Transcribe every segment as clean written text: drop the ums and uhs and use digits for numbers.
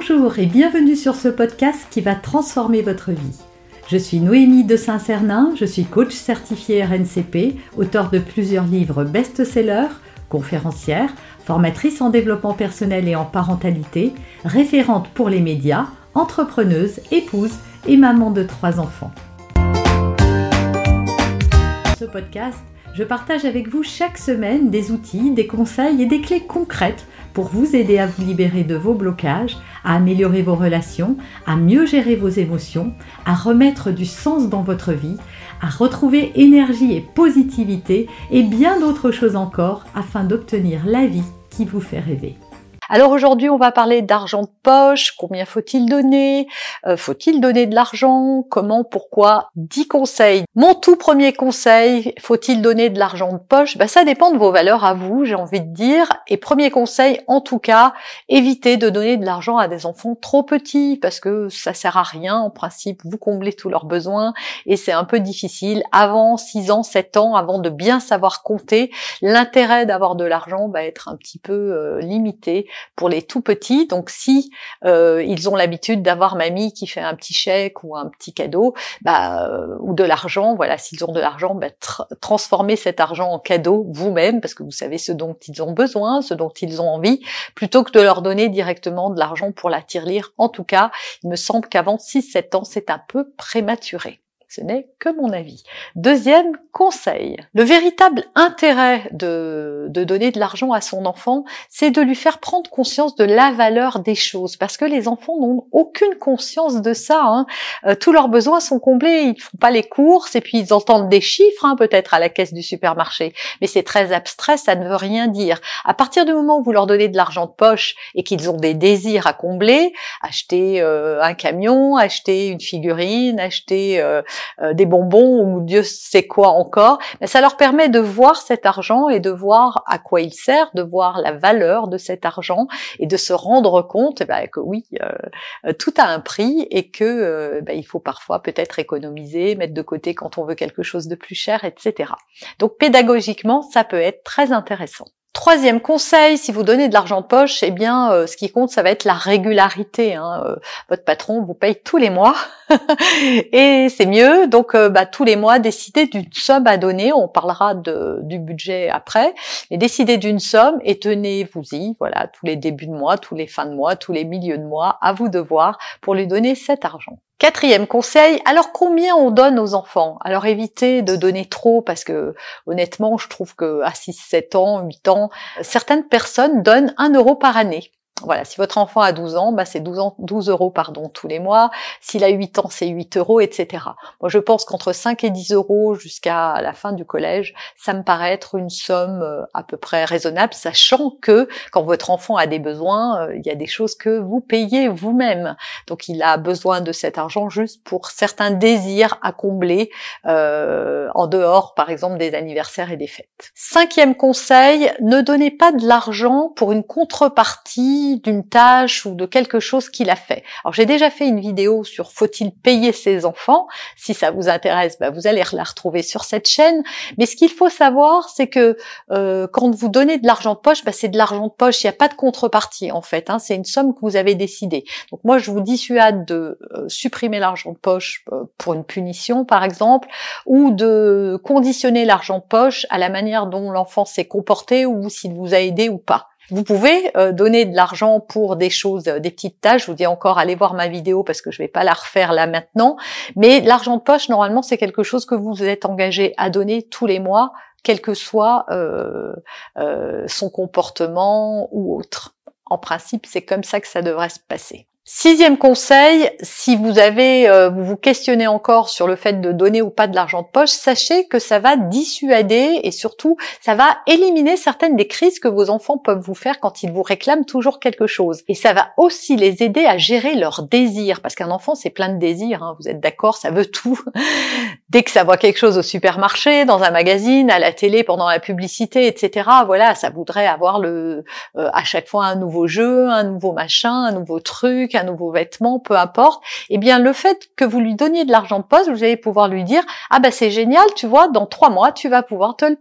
Bonjour et bienvenue sur ce podcast qui va transformer votre vie. Je suis Noémie de Saint-Cernin, je suis coach certifiée RNCP, auteure de plusieurs livres best-sellers, conférencière, formatrice en développement personnel et en parentalité, référente pour les médias, entrepreneuse, épouse et maman de 3 enfants. Dans ce podcast, je partage avec vous chaque semaine des outils, des conseils et des clés concrètes pour vous aider à vous libérer de vos blocages, à améliorer vos relations, à mieux gérer vos émotions, à remettre du sens dans votre vie, à retrouver énergie et positivité et bien d'autres choses encore afin d'obtenir la vie qui vous fait rêver. Alors aujourd'hui, on va parler d'argent de poche, combien faut-il donner, faut-il donner de l'argent, comment, pourquoi, 10 conseils. Mon tout premier conseil, faut-il donner de l'argent de poche? Ça dépend de vos valeurs à vous, j'ai envie de dire. Et premier conseil, en tout cas, évitez de donner de l'argent à des enfants trop petits, parce que ça sert à rien, en principe, vous comblez tous leurs besoins, et c'est un peu difficile. Avant 6 ans, 7 ans, avant de bien savoir compter, l'intérêt d'avoir de l'argent va être un petit peu limité pour les tout petits. Donc si ils ont l'habitude d'avoir mamie qui fait un petit chèque ou un petit cadeau, ou de l'argent, voilà, s'ils ont de l'argent, transformez cet argent en cadeau vous-même, parce que vous savez ce dont ils ont besoin, ce dont ils ont envie, plutôt que de leur donner directement de l'argent pour la tirelire. En tout cas, il me semble qu'avant 6-7 ans, c'est un peu prématuré. Ce n'est que mon avis. Deuxième conseil. Le véritable intérêt de donner de l'argent à son enfant, c'est de lui faire prendre conscience de la valeur des choses. Parce que les enfants n'ont aucune conscience de ça. Tous leurs besoins sont comblés. Ils ne font pas les courses et puis ils entendent des chiffres, peut-être à la caisse du supermarché. Mais c'est très abstrait, ça ne veut rien dire. À partir du moment où vous leur donnez de l'argent de poche et qu'ils ont des désirs à combler, acheter un camion, acheter une figurine, acheter des bonbons ou Dieu sait quoi encore, ça leur permet de voir cet argent et de voir à quoi il sert, de voir la valeur de cet argent et de se rendre compte que oui, tout a un prix et que il faut parfois peut-être économiser, mettre de côté quand on veut quelque chose de plus cher, etc. Donc pédagogiquement, ça peut être très intéressant. Troisième conseil, si vous donnez de l'argent de poche, ce qui compte, ça va être la régularité. Votre patron vous paye tous les mois et c'est mieux. Donc, tous les mois, décidez d'une somme à donner. On parlera du budget après, mais décidez d'une somme et tenez-vous-y. Voilà, tous les débuts de mois, tous les fins de mois, tous les milieux de mois, à vous de voir pour lui donner cet argent. Quatrième conseil, alors combien on donne aux enfants? Alors évitez de donner trop parce que honnêtement, je trouve que à 6-7 ans, 8 ans, certaines personnes donnent 1 euro par année. Voilà, si votre enfant a 12 ans, c'est 12 euros tous les mois. S'il a 8 ans, c'est 8 euros, etc. Moi, je pense qu'entre 5 et 10 euros jusqu'à la fin du collège, ça me paraît être une somme à peu près raisonnable, sachant que quand votre enfant a des besoins, il y a des choses que vous payez vous-même. Donc, il a besoin de cet argent juste pour certains désirs à combler en dehors, par exemple, des anniversaires et des fêtes. 5e conseil, ne donnez pas de l'argent pour une contrepartie d'une tâche ou de quelque chose qu'il a fait. Alors j'ai déjà fait une vidéo sur faut-il payer ses enfants. Si ça vous intéresse, vous allez la retrouver sur cette chaîne. Mais ce qu'il faut savoir, c'est que quand vous donnez de l'argent de poche, c'est de l'argent de poche. Il n'y a pas de contrepartie en fait. C'est une somme que vous avez décidée. Donc moi je vous dissuade de supprimer l'argent de poche pour une punition par exemple, ou de conditionner l'argent de poche à la manière dont l'enfant s'est comporté ou s'il vous a aidé ou pas. Vous pouvez donner de l'argent pour des choses, des petites tâches. Je vous dis encore, allez voir ma vidéo parce que je vais pas la refaire là maintenant. Mais l'argent de poche, normalement, c'est quelque chose que vous êtes engagé à donner tous les mois, quel que soit son comportement ou autre. En principe, c'est comme ça que ça devrait se passer. 6e conseil, si vous vous questionnez encore sur le fait de donner ou pas de l'argent de poche, sachez que ça va dissuader et surtout, ça va éliminer certaines des crises que vos enfants peuvent vous faire quand ils vous réclament toujours quelque chose. Et ça va aussi les aider à gérer leurs désirs, parce qu'un enfant, c'est plein de désirs, vous êtes d'accord, ça veut tout. Dès que ça voit quelque chose au supermarché, dans un magazine, à la télé, pendant la publicité, etc., voilà, ça voudrait avoir à chaque fois un nouveau jeu, un nouveau machin, un nouveau truc, un nouveau vêtement, peu importe, le fait que vous lui donniez de l'argent de poche, vous allez pouvoir lui dire « Ah c'est génial, tu vois, dans 3 mois, tu vas pouvoir te le payer. »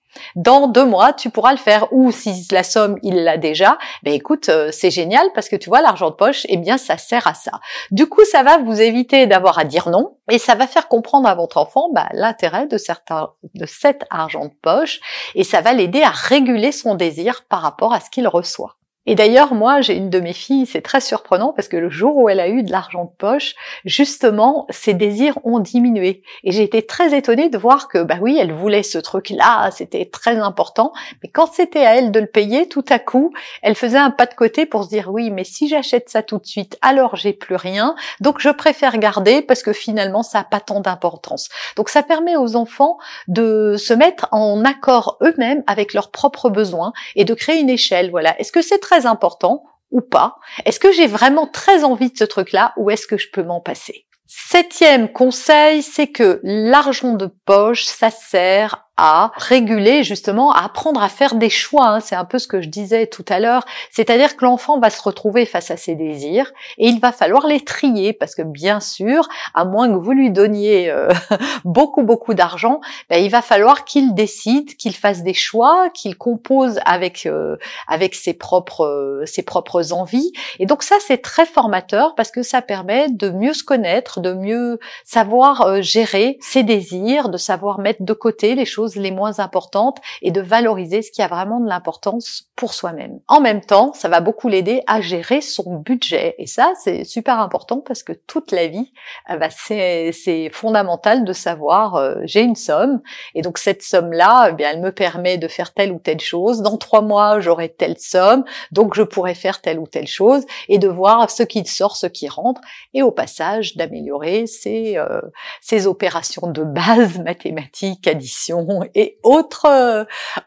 Dans 2 mois, tu pourras le faire. Ou si la somme, il l'a déjà, ben écoute, c'est génial parce que tu vois, l'argent de poche, eh bien, ça sert à ça. Du coup, ça va vous éviter d'avoir à dire non et ça va faire comprendre à votre enfant l'intérêt de cet argent de poche et ça va l'aider à réguler son désir par rapport à ce qu'il reçoit. Et d'ailleurs, moi, j'ai une de mes filles, c'est très surprenant parce que le jour où elle a eu de l'argent de poche, justement, ses désirs ont diminué. Et j'ai été très étonnée de voir que, oui, elle voulait ce truc-là, c'était très important, mais quand c'était à elle de le payer, tout à coup, elle faisait un pas de côté pour se dire, oui, mais si j'achète ça tout de suite, alors j'ai plus rien, donc je préfère garder parce que finalement, ça n'a pas tant d'importance. Donc ça permet aux enfants de se mettre en accord eux-mêmes avec leurs propres besoins et de créer une échelle. Voilà. Est-ce que c'est très important ou pas? Est-ce que j'ai vraiment très envie de ce truc-là ou est-ce que je peux m'en passer? 7e conseil, c'est que l'argent de poche, ça sert à réguler, justement, à apprendre à faire des choix. C'est un peu ce que je disais tout à l'heure. C'est-à-dire que l'enfant va se retrouver face à ses désirs et il va falloir les trier parce que bien sûr, à moins que vous lui donniez beaucoup d'argent, il va falloir qu'il décide, qu'il fasse des choix, qu'il compose avec ses propres envies. Et donc ça, c'est très formateur parce que ça permet de mieux se connaître, de mieux savoir gérer ses désirs, de savoir mettre de côté les choses les moins importantes et de valoriser ce qui a vraiment de l'importance pour soi-même. En même temps, ça va beaucoup l'aider à gérer son budget et ça, c'est super important parce que toute la vie, c'est fondamental de savoir j'ai une somme et donc cette somme-là, elle me permet de faire telle ou telle chose. Dans 3 mois, j'aurai telle somme, donc je pourrai faire telle ou telle chose et de voir ce qui sort, ce qui rentre et au passage d'améliorer ses opérations de base, mathématiques, addition et autres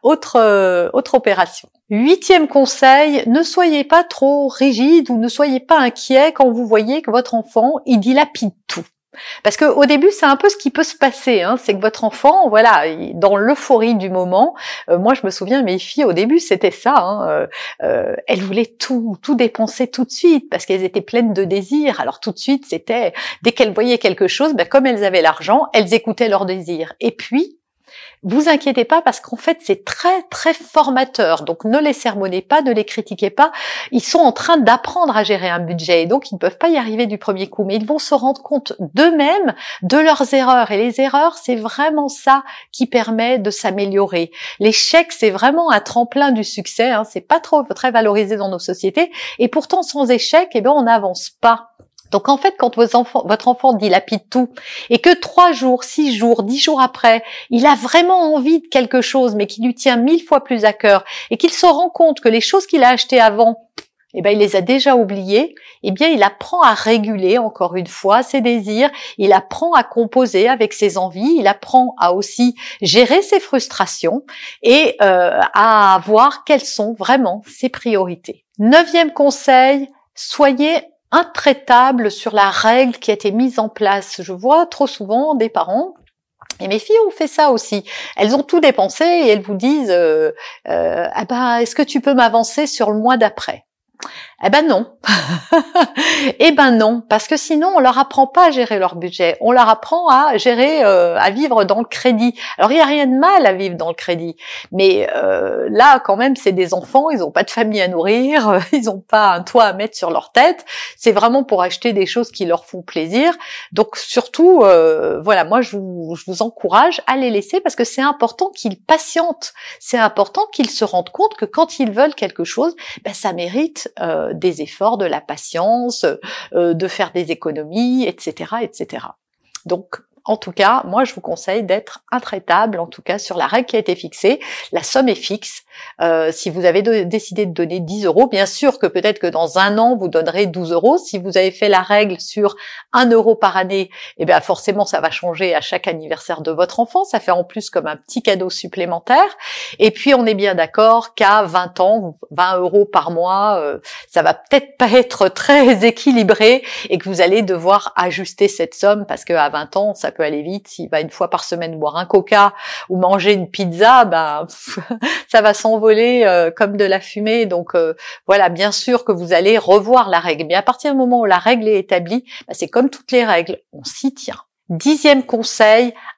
opérations. 8e conseil, ne soyez pas trop rigide ou ne soyez pas inquiet quand vous voyez que votre enfant, il dilapide tout. Parce que au début, c'est un peu ce qui peut se passer, c'est que votre enfant, dans l'euphorie du moment, moi je me souviens, mes filles au début c'était ça, elles voulaient tout dépenser tout de suite parce qu'elles étaient pleines de désirs. Alors tout de suite, c'était dès qu'elles voyaient quelque chose, comme elles avaient l'argent, elles écoutaient leurs désirs. Et puis vous inquiétez pas parce qu'en fait c'est très très formateur, donc ne les sermonnez pas, ne les critiquez pas, ils sont en train d'apprendre à gérer un budget et donc ils ne peuvent pas y arriver du premier coup, mais ils vont se rendre compte d'eux-mêmes de leurs erreurs et les erreurs c'est vraiment ça qui permet de s'améliorer. L'échec c'est vraiment un tremplin du succès, c'est pas très valorisé dans nos sociétés et pourtant sans échec on n'avance pas. Donc en fait, quand votre enfant dilapide tout et que 3 jours, 6 jours, 10 jours après, il a vraiment envie de quelque chose mais qui lui tient 1000 fois plus à cœur et qu'il se rend compte que les choses qu'il a achetées avant, il les a déjà oubliées, il apprend à réguler encore une fois ses désirs, il apprend à composer avec ses envies, il apprend à aussi gérer ses frustrations et à voir quelles sont vraiment ses priorités. 9e conseil, soyez intraitable sur la règle qui a été mise en place. Je vois trop souvent des parents, et mes filles ont fait ça aussi, elles ont tout dépensé et elles vous disent est-ce que tu peux m'avancer sur le mois d'après? Non. Non, parce que sinon on leur apprend pas à gérer leur budget, on leur apprend à gérer, à vivre dans le crédit. Alors il y a rien de mal à vivre dans le crédit, mais là quand même c'est des enfants, ils ont pas de famille à nourrir, ils ont pas un toit à mettre sur leur tête. C'est vraiment pour acheter des choses qui leur font plaisir. Donc surtout, moi je vous encourage à les laisser parce que c'est important qu'ils patientent, c'est important qu'ils se rendent compte que quand ils veulent quelque chose, ça mérite des efforts, de la patience, de faire des économies, etc., etc. Donc, en tout cas, moi, je vous conseille d'être intraitable, en tout cas, sur la règle qui a été fixée. La somme est fixe. Si vous avez décidé de donner 10 €, bien sûr que peut-être que dans 1 an, vous donnerez 12 €. Si vous avez fait la règle sur 1 € par année, forcément, ça va changer à chaque anniversaire de votre enfant. Ça fait en plus comme un petit cadeau supplémentaire. Et puis, on est bien d'accord qu'à 20 ans, 20 € par mois, ça va peut-être pas être très équilibré et que vous allez devoir ajuster cette somme parce qu'à 20 ans, ça peut aller vite. S'il va une fois par semaine boire un coca ou manger une pizza, ça va s'envoler comme de la fumée. Donc bien sûr que vous allez revoir la règle. Mais à partir du moment où la règle est établie, c'est comme toutes les règles, on s'y tient. 10e conseil,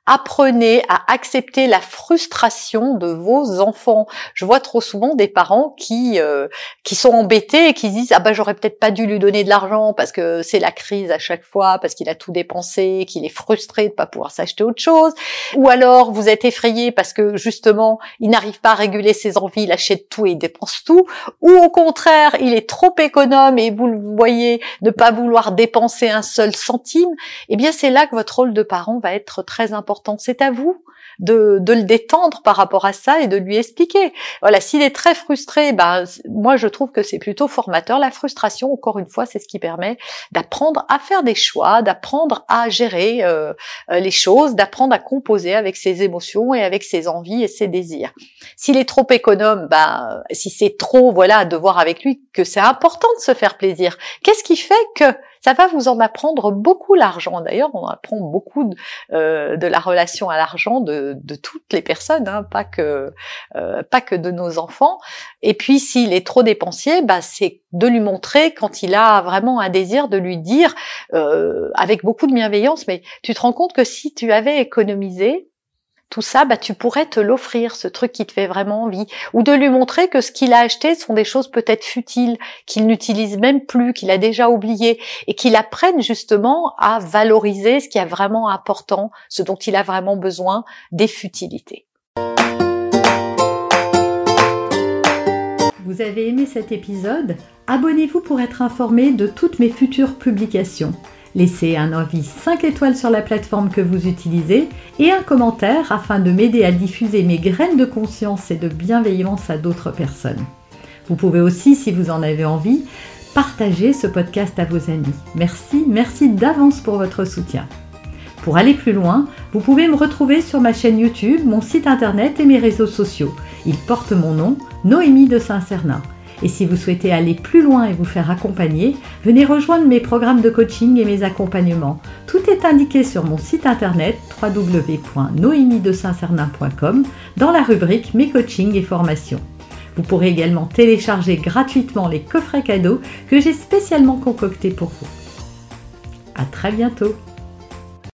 Apprenez à accepter la frustration de vos enfants. Je vois trop souvent des parents qui sont embêtés et qui se disent ah ben j'aurais peut-être pas dû lui donner de l'argent parce que c'est la crise à chaque fois, parce qu'il a tout dépensé, qu'il est frustré de pas pouvoir s'acheter autre chose. Ou alors vous êtes effrayé parce que justement il n'arrive pas à réguler ses envies, il achète tout et il dépense tout. Ou au contraire il est trop économe et vous le voyez ne pas vouloir dépenser un seul centime. Eh bien c'est là que votre rôle de parent va être très important. C'est à vous de le détendre par rapport à ça et de lui expliquer. Voilà, s'il est très frustré, moi je trouve que c'est plutôt formateur. La frustration, encore une fois, c'est ce qui permet d'apprendre à faire des choix, d'apprendre à gérer les choses, d'apprendre à composer avec ses émotions et avec ses envies et ses désirs. S'il est trop économe, si c'est trop, de voir avec lui que c'est important de se faire plaisir. Qu'est-ce qui fait que ça va vous en apprendre beaucoup l'argent. D'ailleurs, on apprend beaucoup de la relation à l'argent de toutes les personnes, pas que de nos enfants. Et puis, s'il est trop dépensier, c'est de lui montrer quand il a vraiment un désir, de lui dire avec beaucoup de bienveillance, mais tu te rends compte que si tu avais économisé tout ça, tu pourrais te l'offrir, ce truc qui te fait vraiment envie. Ou de lui montrer que ce qu'il a acheté sont des choses peut-être futiles, qu'il n'utilise même plus, qu'il a déjà oublié, et qu'il apprenne justement à valoriser ce qui est vraiment important, ce dont il a vraiment besoin, des futilités. Vous avez aimé cet épisode ? Abonnez-vous pour être informé de toutes mes futures publications. Laissez un avis 5 étoiles sur la plateforme que vous utilisez et un commentaire afin de m'aider à diffuser mes graines de conscience et de bienveillance à d'autres personnes. Vous pouvez aussi, si vous en avez envie, partager ce podcast à vos amis. Merci d'avance pour votre soutien. Pour aller plus loin, vous pouvez me retrouver sur ma chaîne YouTube, mon site internet et mes réseaux sociaux. Ils portent mon nom, Noémie de Saint-Cernin. Et si vous souhaitez aller plus loin et vous faire accompagner, venez rejoindre mes programmes de coaching et mes accompagnements. Tout est indiqué sur mon site internet www.noemidesintcernin.com dans la rubrique Mes coachings et formations. Vous pourrez également télécharger gratuitement les coffrets cadeaux que j'ai spécialement concoctés pour vous. À très bientôt.